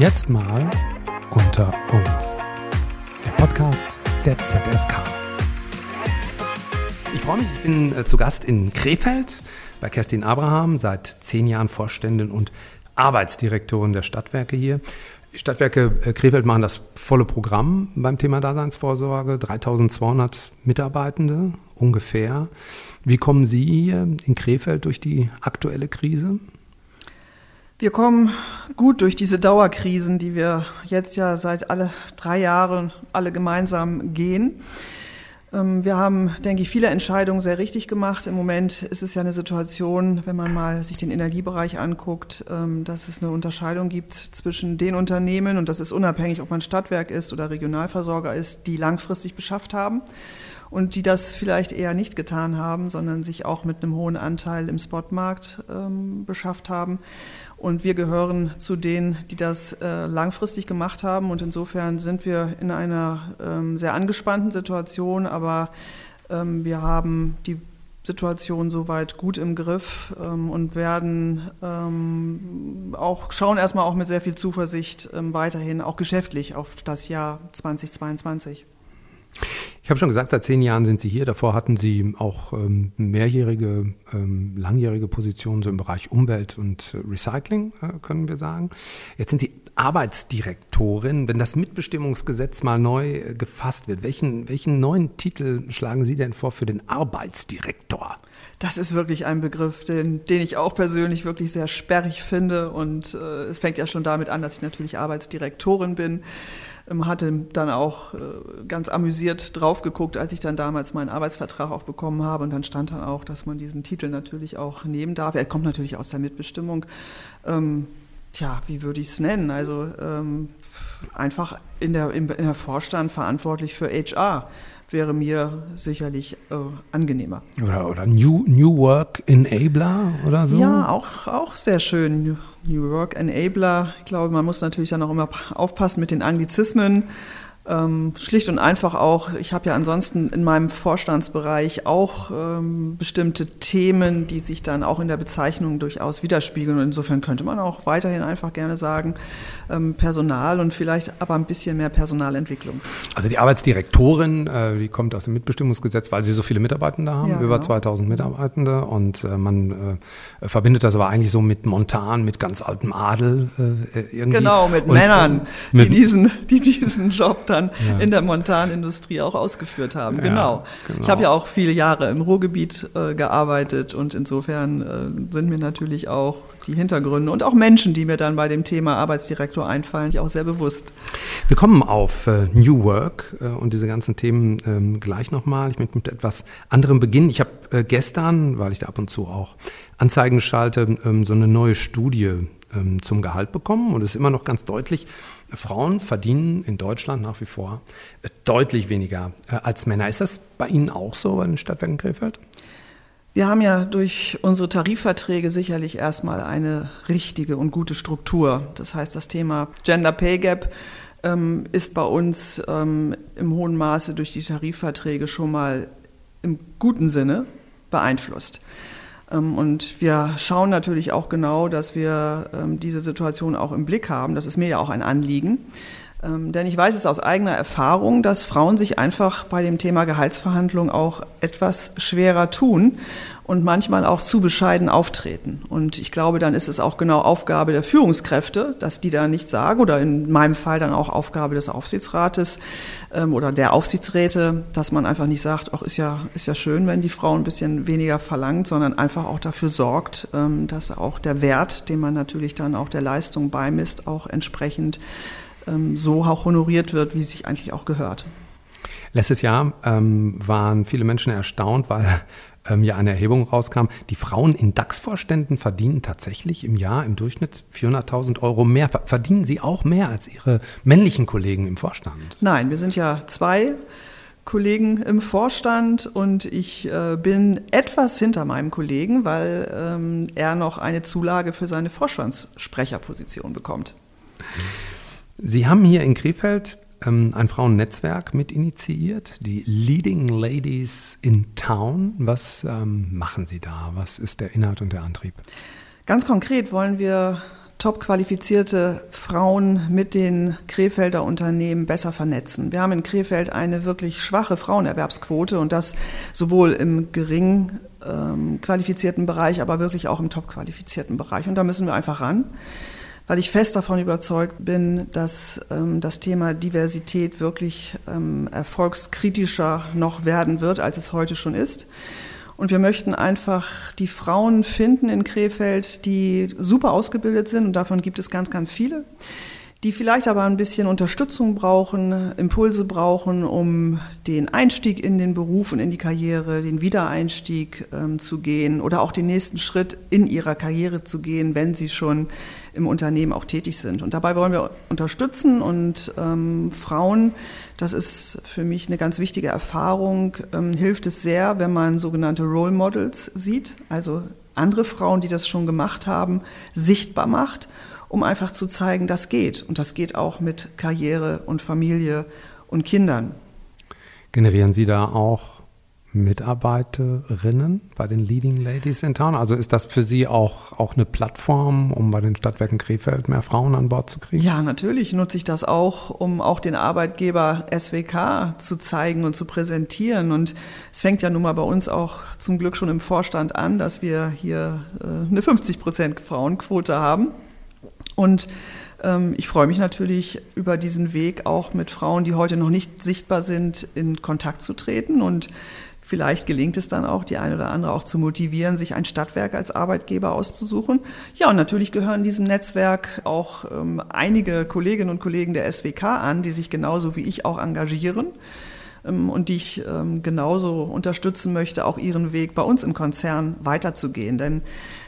Jetzt mal unter uns. Der Podcast der ZFK. Ich freue mich, ich bin zu Gast in Krefeld bei Kerstin Abraham, seit 10 Jahren Vorständin und Arbeitsdirektorin der Stadtwerke hier. Die Stadtwerke Krefeld machen das volle Programm beim Thema Daseinsvorsorge, 3200 Mitarbeitende ungefähr. Wie kommen Sie hier in Krefeld durch die aktuelle Krise? Wir kommen gut durch diese Dauerkrisen, die wir jetzt ja seit alle 3 Jahren alle gemeinsam gehen. Wir haben, denke ich, viele Entscheidungen sehr richtig gemacht. Im Moment ist es ja eine Situation, wenn man mal sich den Energiebereich anguckt, dass es eine Unterscheidung gibt zwischen den Unternehmen, und das ist unabhängig, ob man Stadtwerk ist oder Regionalversorger ist, die langfristig beschafft haben und die das vielleicht eher nicht getan haben, sondern sich auch mit einem hohen Anteil im Spotmarkt beschafft haben. Und wir gehören zu denen, die das langfristig gemacht haben. Und insofern sind wir in einer sehr angespannten Situation. Aber wir haben die Situation soweit gut im Griff und werden schauen erstmal auch mit sehr viel Zuversicht weiterhin, auch geschäftlich, auf das Jahr 2022. Ich habe schon gesagt, seit 10 Jahren sind Sie hier. Davor hatten Sie auch mehrjährige, langjährige Positionen so im Bereich Umwelt und Recycling, können wir sagen. Jetzt sind Sie Arbeitsdirektorin. Wenn das Mitbestimmungsgesetz mal neu gefasst wird, welchen neuen Titel schlagen Sie denn vor für den Arbeitsdirektor? Das ist wirklich ein Begriff, den ich auch persönlich wirklich sehr sperrig finde. Und es fängt ja schon damit an, dass ich natürlich Arbeitsdirektorin bin. Hatte dann auch ganz amüsiert drauf geguckt, als ich dann damals meinen Arbeitsvertrag auch bekommen habe. Und dann stand dann auch, dass man diesen Titel natürlich auch nehmen darf. Er kommt natürlich aus der Mitbestimmung. Wie würde ich es nennen? Also einfach in der Vorstand verantwortlich für HR wäre mir sicherlich angenehmer. Oder New Work Enabler oder so? Ja, auch sehr schön. New Work Enabler. Ich glaube, man muss natürlich dann auch immer aufpassen mit den Anglizismen. Schlicht und einfach auch, ich habe ja ansonsten in meinem Vorstandsbereich auch bestimmte Themen, die sich dann auch in der Bezeichnung durchaus widerspiegeln. Und insofern könnte man auch weiterhin einfach gerne sagen, Personal und vielleicht aber ein bisschen mehr Personalentwicklung. Also die Arbeitsdirektorin, die kommt aus dem Mitbestimmungsgesetz, weil sie so viele Mitarbeitende haben, ja, über genau. 2000 Mitarbeitende. Und man verbindet das aber eigentlich so mit Montan, mit ganz altem Adel irgendwie. Genau, mit Männern, die diesen Job dann in der Montanindustrie auch ausgeführt haben. Ja, genau. Ich habe ja auch viele Jahre im Ruhrgebiet gearbeitet und insofern sind mir natürlich auch die Hintergründe und auch Menschen, die mir dann bei dem Thema Arbeitsdirektor einfallen, auch sehr bewusst. Wir kommen auf New Work und diese ganzen Themen gleich nochmal. Ich möchte mit etwas anderem beginnen. Ich habe gestern, weil ich da ab und zu auch Anzeigen schalte, so eine neue Studie zum Gehalt bekommen, und es ist immer noch ganz deutlich, Frauen verdienen in Deutschland nach wie vor deutlich weniger als Männer. Ist das bei Ihnen auch so bei den Stadtwerken Krefeld? Wir haben ja durch unsere Tarifverträge sicherlich erstmal eine richtige und gute Struktur. Das heißt, das Thema Gender Pay Gap ist bei uns im hohen Maße durch die Tarifverträge schon mal im guten Sinne beeinflusst. Und wir schauen natürlich auch genau, dass wir diese Situation auch im Blick haben. Das ist mir ja auch ein Anliegen. Denn ich weiß es aus eigener Erfahrung, dass Frauen sich einfach bei dem Thema Gehaltsverhandlung auch etwas schwerer tun und manchmal auch zu bescheiden auftreten. Und ich glaube, dann ist es auch genau Aufgabe der Führungskräfte, dass die da nichts sagen, oder in meinem Fall dann auch Aufgabe des Aufsichtsrates oder der Aufsichtsräte, dass man einfach nicht sagt, ach, ist ja schön, wenn die Frau ein bisschen weniger verlangt, sondern einfach auch dafür sorgt, dass auch der Wert, den man natürlich dann auch der Leistung beimisst, auch entsprechend so auch honoriert wird, wie es sich eigentlich auch gehört. Letztes Jahr waren viele Menschen erstaunt, weil ja eine Erhebung rauskam, die Frauen in DAX-Vorständen verdienen tatsächlich im Jahr im Durchschnitt 400.000 € mehr. Verdienen Sie auch mehr als Ihre männlichen Kollegen im Vorstand? Nein, wir sind ja 2 Kollegen im Vorstand und ich bin etwas hinter meinem Kollegen, weil er noch eine Zulage für seine Vorstandssprecherposition bekommt. Sie haben hier in Krefeld ein Frauennetzwerk mit initiiert, die Leading Ladies in Town. Was machen Sie da? Was ist der Inhalt und der Antrieb? Ganz konkret wollen wir top qualifizierte Frauen mit den Krefelder Unternehmen besser vernetzen. Wir haben in Krefeld eine wirklich schwache Frauenerwerbsquote und das sowohl im gering qualifizierten Bereich, aber wirklich auch im top qualifizierten Bereich. Und da müssen wir einfach ran, weil ich fest davon überzeugt bin, dass das Thema Diversität wirklich erfolgskritischer noch werden wird, als es heute schon ist. Und wir möchten einfach die Frauen finden in Krefeld, die super ausgebildet sind, und davon gibt es ganz, ganz viele, die vielleicht aber ein bisschen Unterstützung brauchen, Impulse brauchen, um den Einstieg in den Beruf und in die Karriere, den Wiedereinstieg zu gehen oder auch den nächsten Schritt in ihrer Karriere zu gehen, wenn sie schon im Unternehmen auch tätig sind. Und dabei wollen wir unterstützen und Frauen, das ist für mich eine ganz wichtige Erfahrung, hilft es sehr, wenn man sogenannte Role Models sieht, also andere Frauen, die das schon gemacht haben, sichtbar macht, um einfach zu zeigen, das geht. Und das geht auch mit Karriere und Familie und Kindern. Generieren Sie da auch Mitarbeiterinnen bei den Leading Ladies in Town? Also ist das für Sie auch eine Plattform, um bei den Stadtwerken Krefeld mehr Frauen an Bord zu kriegen? Ja, natürlich nutze ich das auch, um auch den Arbeitgeber SWK zu zeigen und zu präsentieren. Und es fängt ja nun mal bei uns auch zum Glück schon im Vorstand an, dass wir hier eine 50% Frauenquote haben. Und ich freue mich natürlich über diesen Weg auch mit Frauen, die heute noch nicht sichtbar sind, in Kontakt zu treten. Und vielleicht gelingt es dann auch, die eine oder andere auch zu motivieren, sich ein Stadtwerk als Arbeitgeber auszusuchen. Ja, und natürlich gehören diesem Netzwerk auch einige Kolleginnen und Kollegen der SWK an, die sich genauso wie ich auch engagieren und die ich genauso unterstützen möchte, auch ihren Weg bei uns im Konzern weiterzugehen. Denn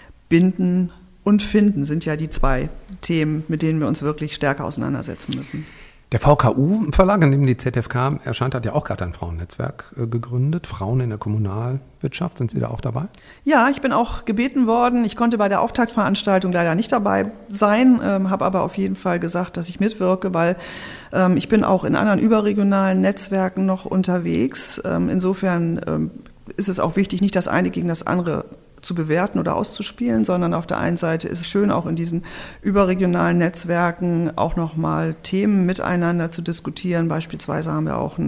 Binden und Finden sind ja die zwei Themen, mit denen wir uns wirklich stärker auseinandersetzen müssen. Der VKU-Verlag, in dem die ZFK erscheint, hat ja auch gerade ein Frauennetzwerk gegründet. Frauen in der Kommunalwirtschaft, sind Sie da auch dabei? Ja, ich bin auch gebeten worden. Ich konnte bei der Auftaktveranstaltung leider nicht dabei sein, habe aber auf jeden Fall gesagt, dass ich mitwirke, weil ich bin auch in anderen überregionalen Netzwerken noch unterwegs. Insofern ist es auch wichtig, nicht das eine gegen das andere zu bewerten oder auszuspielen, sondern auf der einen Seite ist es schön, auch in diesen überregionalen Netzwerken auch nochmal Themen miteinander zu diskutieren. Beispielsweise haben wir auch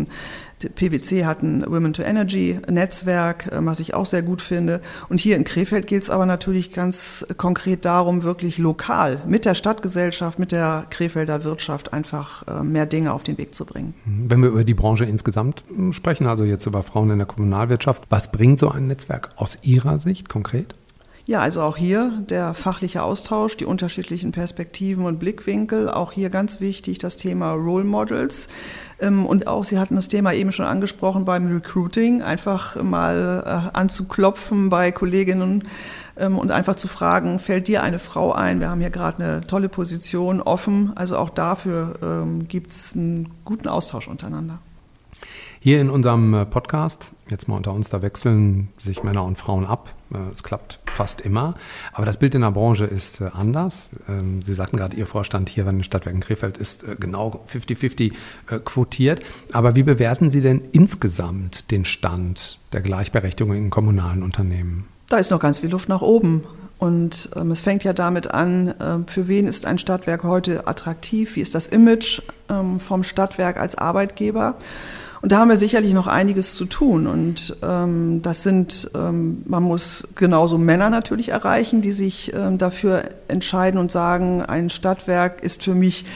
PwC hat ein Women to Energy Netzwerk, was ich auch sehr gut finde. Und hier in Krefeld geht es aber natürlich ganz konkret darum, wirklich lokal mit der Stadtgesellschaft, mit der Krefelder Wirtschaft einfach mehr Dinge auf den Weg zu bringen. Wenn wir über die Branche insgesamt sprechen, also jetzt über Frauen in der Kommunalwirtschaft, was bringt so ein Netzwerk aus Ihrer Sicht konkret? Ja, also auch hier der fachliche Austausch, die unterschiedlichen Perspektiven und Blickwinkel. Auch hier ganz wichtig das Thema Role Models. Und auch, Sie hatten das Thema eben schon angesprochen beim Recruiting, einfach mal anzuklopfen bei Kolleginnen und einfach zu fragen, fällt dir eine Frau ein? Wir haben hier gerade eine tolle Position offen. Also auch dafür gibt es einen guten Austausch untereinander. Hier in unserem Podcast, jetzt mal unter uns, da wechseln sich Männer und Frauen ab. Es klappt fast immer. Aber das Bild in der Branche ist anders. Sie sagten gerade, Ihr Vorstand hier bei den Stadtwerken Krefeld ist genau 50-50 quotiert. Aber wie bewerten Sie denn insgesamt den Stand der Gleichberechtigung in kommunalen Unternehmen? Da ist noch ganz viel Luft nach oben. Und es fängt ja damit an, für wen ist ein Stadtwerk heute attraktiv? Wie ist das Image vom Stadtwerk als Arbeitgeber? Und da haben wir sicherlich noch einiges zu tun. Und das sind, man muss genauso Männer natürlich erreichen, die sich dafür entscheiden und sagen, ein Stadtwerk ist für mich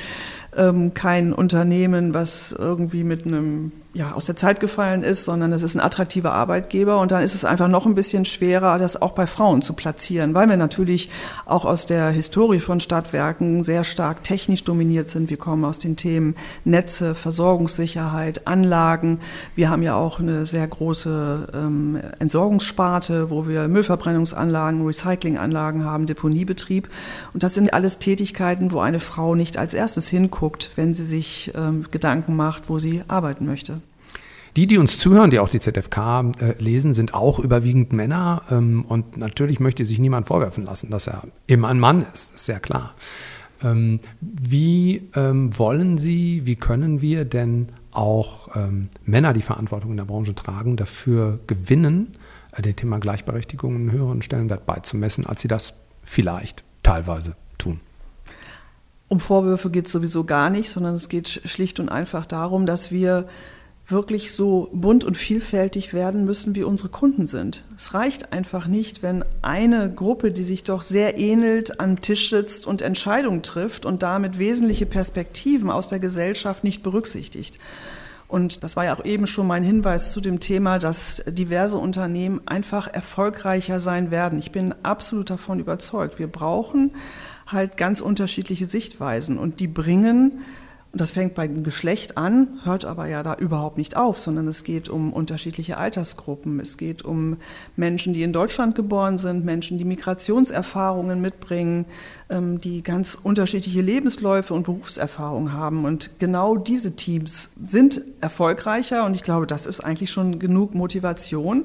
kein Unternehmen, was irgendwie mit einem aus der Zeit gefallen ist, sondern es ist ein attraktiver Arbeitgeber. Und dann ist es einfach noch ein bisschen schwerer, das auch bei Frauen zu platzieren, weil wir natürlich auch aus der Historie von Stadtwerken sehr stark technisch dominiert sind. Wir kommen aus den Themen Netze, Versorgungssicherheit, Anlagen. Wir haben ja auch eine sehr große Entsorgungssparte, wo wir Müllverbrennungsanlagen, Recyclinganlagen haben, Deponiebetrieb. Und das sind alles Tätigkeiten, wo eine Frau nicht als erstes hinguckt, wenn sie sich Gedanken macht, wo sie arbeiten möchte. Die uns zuhören, die auch die ZFK lesen, sind auch überwiegend Männer. Und natürlich möchte sich niemand vorwerfen lassen, dass er immer ein Mann ist. Das ist ja klar. Wie wollen Sie, wie können wir denn auch Männer, die Verantwortung in der Branche tragen, dafür gewinnen, dem Thema Gleichberechtigung einen höheren Stellenwert beizumessen, als sie das vielleicht teilweise tun? Um Vorwürfe geht es sowieso gar nicht, sondern es geht schlicht und einfach darum, dass wir wirklich so bunt und vielfältig werden müssen, wie unsere Kunden sind. Es reicht einfach nicht, wenn eine Gruppe, die sich doch sehr ähnelt, am Tisch sitzt und Entscheidungen trifft und damit wesentliche Perspektiven aus der Gesellschaft nicht berücksichtigt. Und das war ja auch eben schon mein Hinweis zu dem Thema, dass diverse Unternehmen einfach erfolgreicher sein werden. Ich bin absolut davon überzeugt. Wir brauchen halt ganz unterschiedliche Sichtweisen und die bringen, und das fängt beim Geschlecht an, hört aber ja da überhaupt nicht auf, sondern es geht um unterschiedliche Altersgruppen. Es geht um Menschen, die in Deutschland geboren sind, Menschen, die Migrationserfahrungen mitbringen, die ganz unterschiedliche Lebensläufe und Berufserfahrungen haben. Und genau diese Teams sind erfolgreicher und ich glaube, das ist eigentlich schon genug Motivation.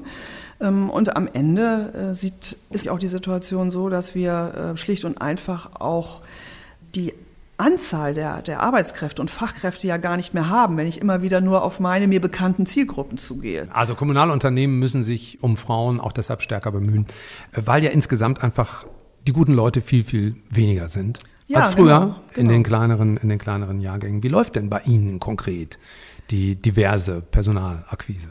Und am Ende ist auch die Situation so, dass wir schlicht und einfach auch die Anzahl der Arbeitskräfte und Fachkräfte ja gar nicht mehr haben, wenn ich immer wieder nur auf meine mir bekannten Zielgruppen zugehe. Also Kommunalunternehmen müssen sich um Frauen auch deshalb stärker bemühen, weil ja insgesamt einfach die guten Leute viel, viel weniger sind als früher in den kleineren Jahrgängen. Wie läuft denn bei Ihnen konkret die diverse Personalakquise?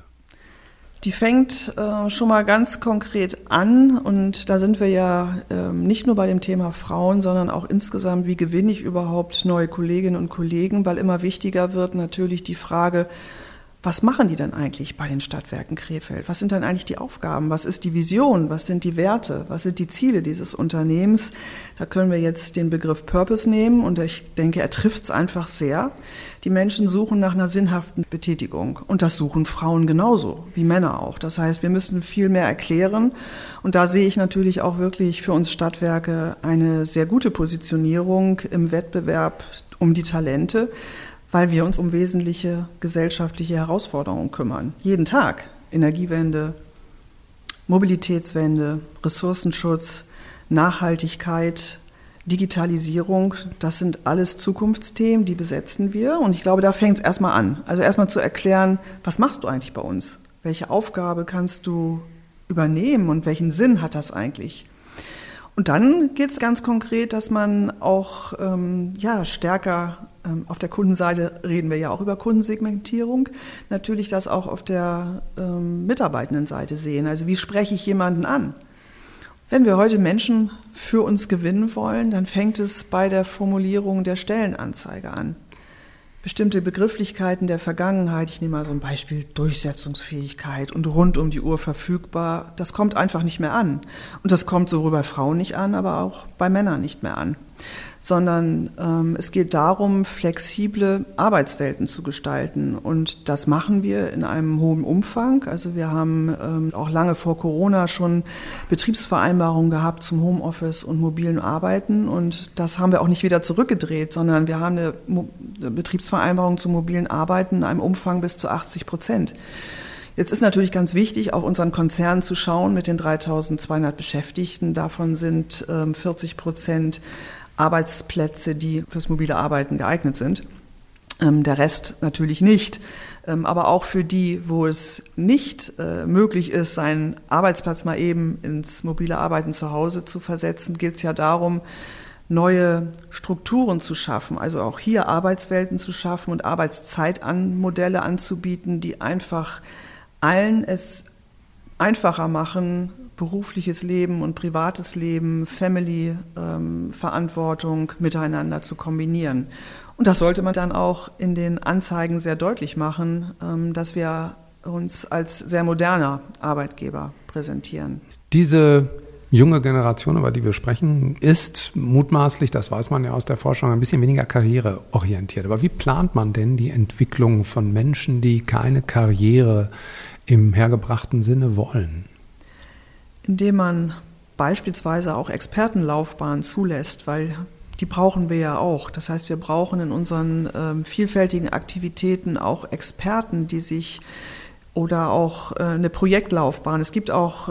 Die fängt schon mal ganz konkret an und da sind wir ja nicht nur bei dem Thema Frauen, sondern auch insgesamt, wie gewinne ich überhaupt neue Kolleginnen und Kollegen, weil immer wichtiger wird natürlich die Frage, was machen die denn eigentlich bei den Stadtwerken Krefeld? Was sind denn eigentlich die Aufgaben? Was ist die Vision? Was sind die Werte? Was sind die Ziele dieses Unternehmens? Da können wir jetzt den Begriff Purpose nehmen und ich denke, er trifft es einfach sehr. Die Menschen suchen nach einer sinnhaften Betätigung und das suchen Frauen genauso wie Männer auch. Das heißt, wir müssen viel mehr erklären und da sehe ich natürlich auch wirklich für uns Stadtwerke eine sehr gute Positionierung im Wettbewerb um die Talente, weil wir uns um wesentliche gesellschaftliche Herausforderungen kümmern. Jeden Tag. Energiewende, Mobilitätswende, Ressourcenschutz, Nachhaltigkeit, Digitalisierung, das sind alles Zukunftsthemen, die besetzen wir. Und ich glaube, da fängt es erstmal an. Also erstmal zu erklären, was machst du eigentlich bei uns? Welche Aufgabe kannst du übernehmen und welchen Sinn hat das eigentlich? Und dann geht es ganz konkret, dass man auch stärker auf der Kundenseite reden wir ja auch über Kundensegmentierung, natürlich das auch auf der Mitarbeitendenseite sehen. Also wie spreche ich jemanden an? Wenn wir heute Menschen für uns gewinnen wollen, dann fängt es bei der Formulierung der Stellenanzeige an. Bestimmte Begrifflichkeiten der Vergangenheit, ich nehme mal so ein Beispiel Durchsetzungsfähigkeit und rund um die Uhr verfügbar, das kommt einfach nicht mehr an. Und das kommt sowohl bei Frauen nicht an, aber auch bei Männern nicht mehr an. Sondern es geht darum, flexible Arbeitswelten zu gestalten. Und das machen wir in einem hohen Umfang. Also wir haben auch lange vor Corona schon Betriebsvereinbarungen gehabt zum Homeoffice und mobilen Arbeiten. Und das haben wir auch nicht wieder zurückgedreht, sondern wir haben eine Betriebsvereinbarung zum mobilen Arbeiten in einem Umfang bis zu 80%. Jetzt ist natürlich ganz wichtig, auf unseren Konzern zu schauen mit den 3.200 Beschäftigten. Davon sind 40% Arbeitsplätze, die fürs mobile Arbeiten geeignet sind. Der Rest natürlich nicht. Aber auch für die, wo es nicht möglich ist, seinen Arbeitsplatz mal eben ins mobile Arbeiten zu Hause zu versetzen, geht es ja darum, neue Strukturen zu schaffen, also auch hier Arbeitswelten zu schaffen und Arbeitszeitmodelle anzubieten, die einfach allen es einfacher machen, berufliches Leben und privates Leben, Family-Verantwortung miteinander zu kombinieren. Und das sollte man dann auch in den Anzeigen sehr deutlich machen, dass wir uns als sehr moderner Arbeitgeber präsentieren. Diese junge Generation, über die wir sprechen, ist mutmaßlich, das weiß man ja aus der Forschung, ein bisschen weniger karriereorientiert. Aber wie plant man denn die Entwicklung von Menschen, die keine Karriere im hergebrachten Sinne wollen? Indem man beispielsweise auch Expertenlaufbahnen zulässt, weil die brauchen wir ja auch. Das heißt, wir brauchen in unseren vielfältigen Aktivitäten auch Experten, die sich oder auch eine Projektlaufbahn. Es gibt auch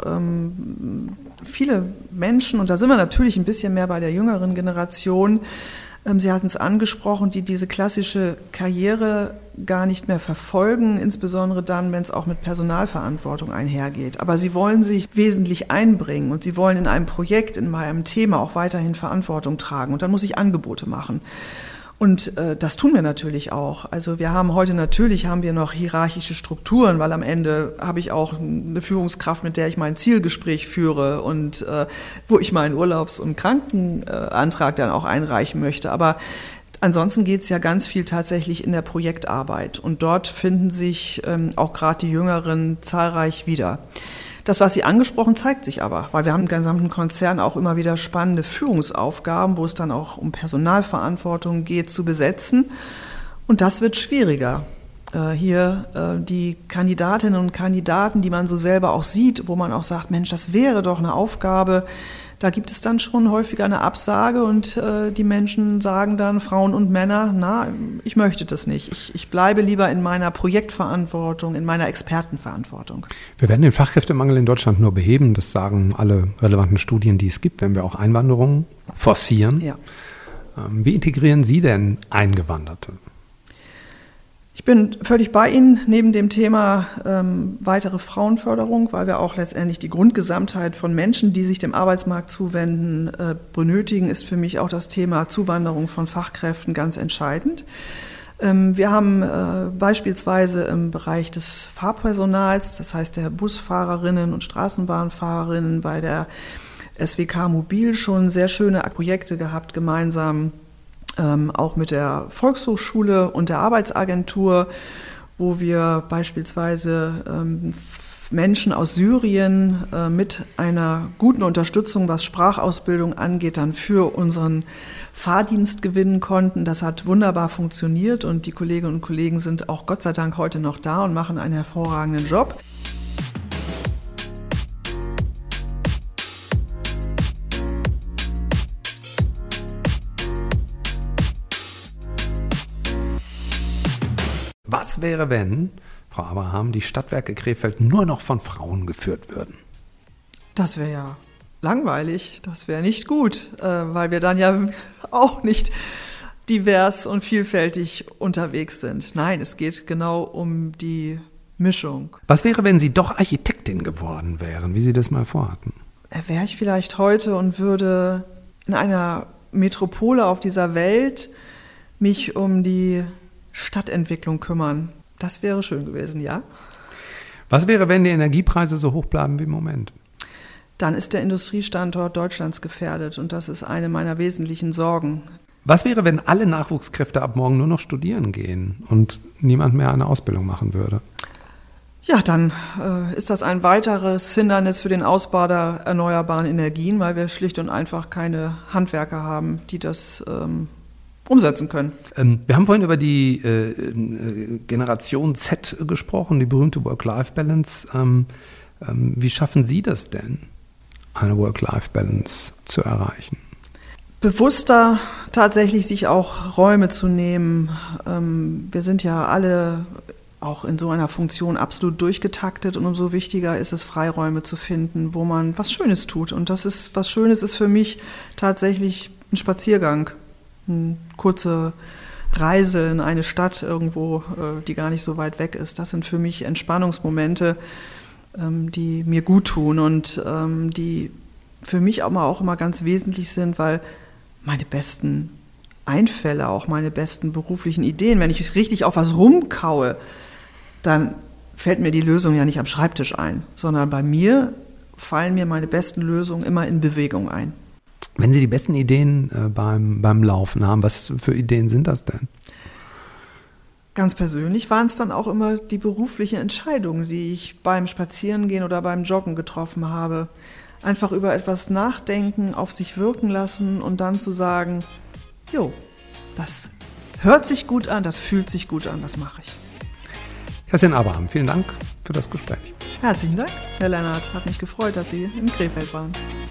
viele Menschen, und da sind wir natürlich ein bisschen mehr bei der jüngeren Generation, Sie hatten es angesprochen, die diese klassische Karriere gar nicht mehr verfolgen, insbesondere dann, wenn es auch mit Personalverantwortung einhergeht. Aber sie wollen sich wesentlich einbringen und sie wollen in einem Projekt, in einem Thema auch weiterhin Verantwortung tragen. Und dann muss ich Angebote machen. Und das tun wir natürlich auch. Also haben wir noch hierarchische Strukturen, weil am Ende habe ich auch eine Führungskraft, mit der ich mein Zielgespräch führe und wo ich meinen Urlaubs- und Krankenantrag dann auch einreichen möchte. Aber ansonsten geht es ja ganz viel tatsächlich in der Projektarbeit. Und dort finden sich auch gerade die Jüngeren zahlreich wieder. Das, was Sie angesprochen, zeigt sich aber, weil wir haben im gesamten Konzern auch immer wieder spannende Führungsaufgaben, wo es dann auch um Personalverantwortung geht, zu besetzen. Und das wird schwieriger. Hier die Kandidatinnen und Kandidaten, die man so selber auch sieht, wo man auch sagt, Mensch, das wäre doch eine Aufgabe. Da gibt es dann schon häufiger eine Absage und die Menschen sagen dann, Frauen und Männer, ich möchte das nicht. Ich bleibe lieber in meiner Projektverantwortung, in meiner Expertenverantwortung. Wir werden den Fachkräftemangel in Deutschland nur beheben. Das sagen alle relevanten Studien, die es gibt, wenn wir auch Einwanderung forcieren. Ja. Wie integrieren Sie denn Eingewanderte? Ich bin völlig bei Ihnen neben dem Thema weitere Frauenförderung, weil wir auch letztendlich die Grundgesamtheit von Menschen, die sich dem Arbeitsmarkt zuwenden, benötigen, ist für mich auch das Thema Zuwanderung von Fachkräften ganz entscheidend. Wir haben beispielsweise im Bereich des Fahrpersonals, das heißt der Busfahrerinnen und Straßenbahnfahrerinnen bei der SWK Mobil schon sehr schöne Projekte gehabt, gemeinsam auch mit der Volkshochschule und der Arbeitsagentur, wo wir beispielsweise Menschen aus Syrien mit einer guten Unterstützung, was Sprachausbildung angeht, dann für unseren Fahrdienst gewinnen konnten. Das hat wunderbar funktioniert und die Kolleginnen und Kollegen sind auch Gott sei Dank heute noch da und machen einen hervorragenden Job. Was wäre, wenn, Frau Abraham, die Stadtwerke Krefeld nur noch von Frauen geführt würden? Das wäre ja langweilig, das wäre nicht gut, weil wir dann ja auch nicht divers und vielfältig unterwegs sind. Nein, es geht genau um die Mischung. Was wäre, wenn Sie doch Architektin geworden wären, wie Sie das mal vorhatten? Wäre ich vielleicht heute und würde in einer Metropole auf dieser Welt mich um die Stadtentwicklung kümmern. Das wäre schön gewesen, ja. Was wäre, wenn die Energiepreise so hoch bleiben wie im Moment? Dann ist der Industriestandort Deutschlands gefährdet und das ist eine meiner wesentlichen Sorgen. Was wäre, wenn alle Nachwuchskräfte ab morgen nur noch studieren gehen und niemand mehr eine Ausbildung machen würde? Ja, dann ist das ein weiteres Hindernis für den Ausbau der erneuerbaren Energien, weil wir schlicht und einfach keine Handwerker haben, die das umsetzen können. Wir haben vorhin über die Generation Z gesprochen, die berühmte Work-Life-Balance. Wie schaffen Sie das denn, eine Work-Life-Balance zu erreichen? Bewusster tatsächlich sich auch Räume zu nehmen. Wir sind ja alle auch in so einer Funktion absolut durchgetaktet und umso wichtiger ist es, Freiräume zu finden, wo man was Schönes tut. Und was Schönes ist für mich tatsächlich ein Spaziergang. Eine kurze Reise in eine Stadt irgendwo, die gar nicht so weit weg ist. Das sind für mich Entspannungsmomente, die mir gut tun und die für mich auch immer ganz wesentlich sind, weil meine besten Einfälle, auch meine besten beruflichen Ideen, wenn ich richtig auf was rumkaue, dann fällt mir die Lösung ja nicht am Schreibtisch ein, sondern bei mir fallen mir meine besten Lösungen immer in Bewegung ein. Wenn Sie die besten Ideen beim Laufen haben, was für Ideen sind das denn? Ganz persönlich waren es dann auch immer die beruflichen Entscheidungen, die ich beim Spazierengehen oder beim Joggen getroffen habe. Einfach über etwas nachdenken, auf sich wirken lassen und dann zu sagen, jo, das hört sich gut an, das fühlt sich gut an, das mache ich. Kerstin Abraham, vielen Dank für das Gespräch. Herzlichen Dank, Herr Lennart. Hat mich gefreut, dass Sie in Krefeld waren.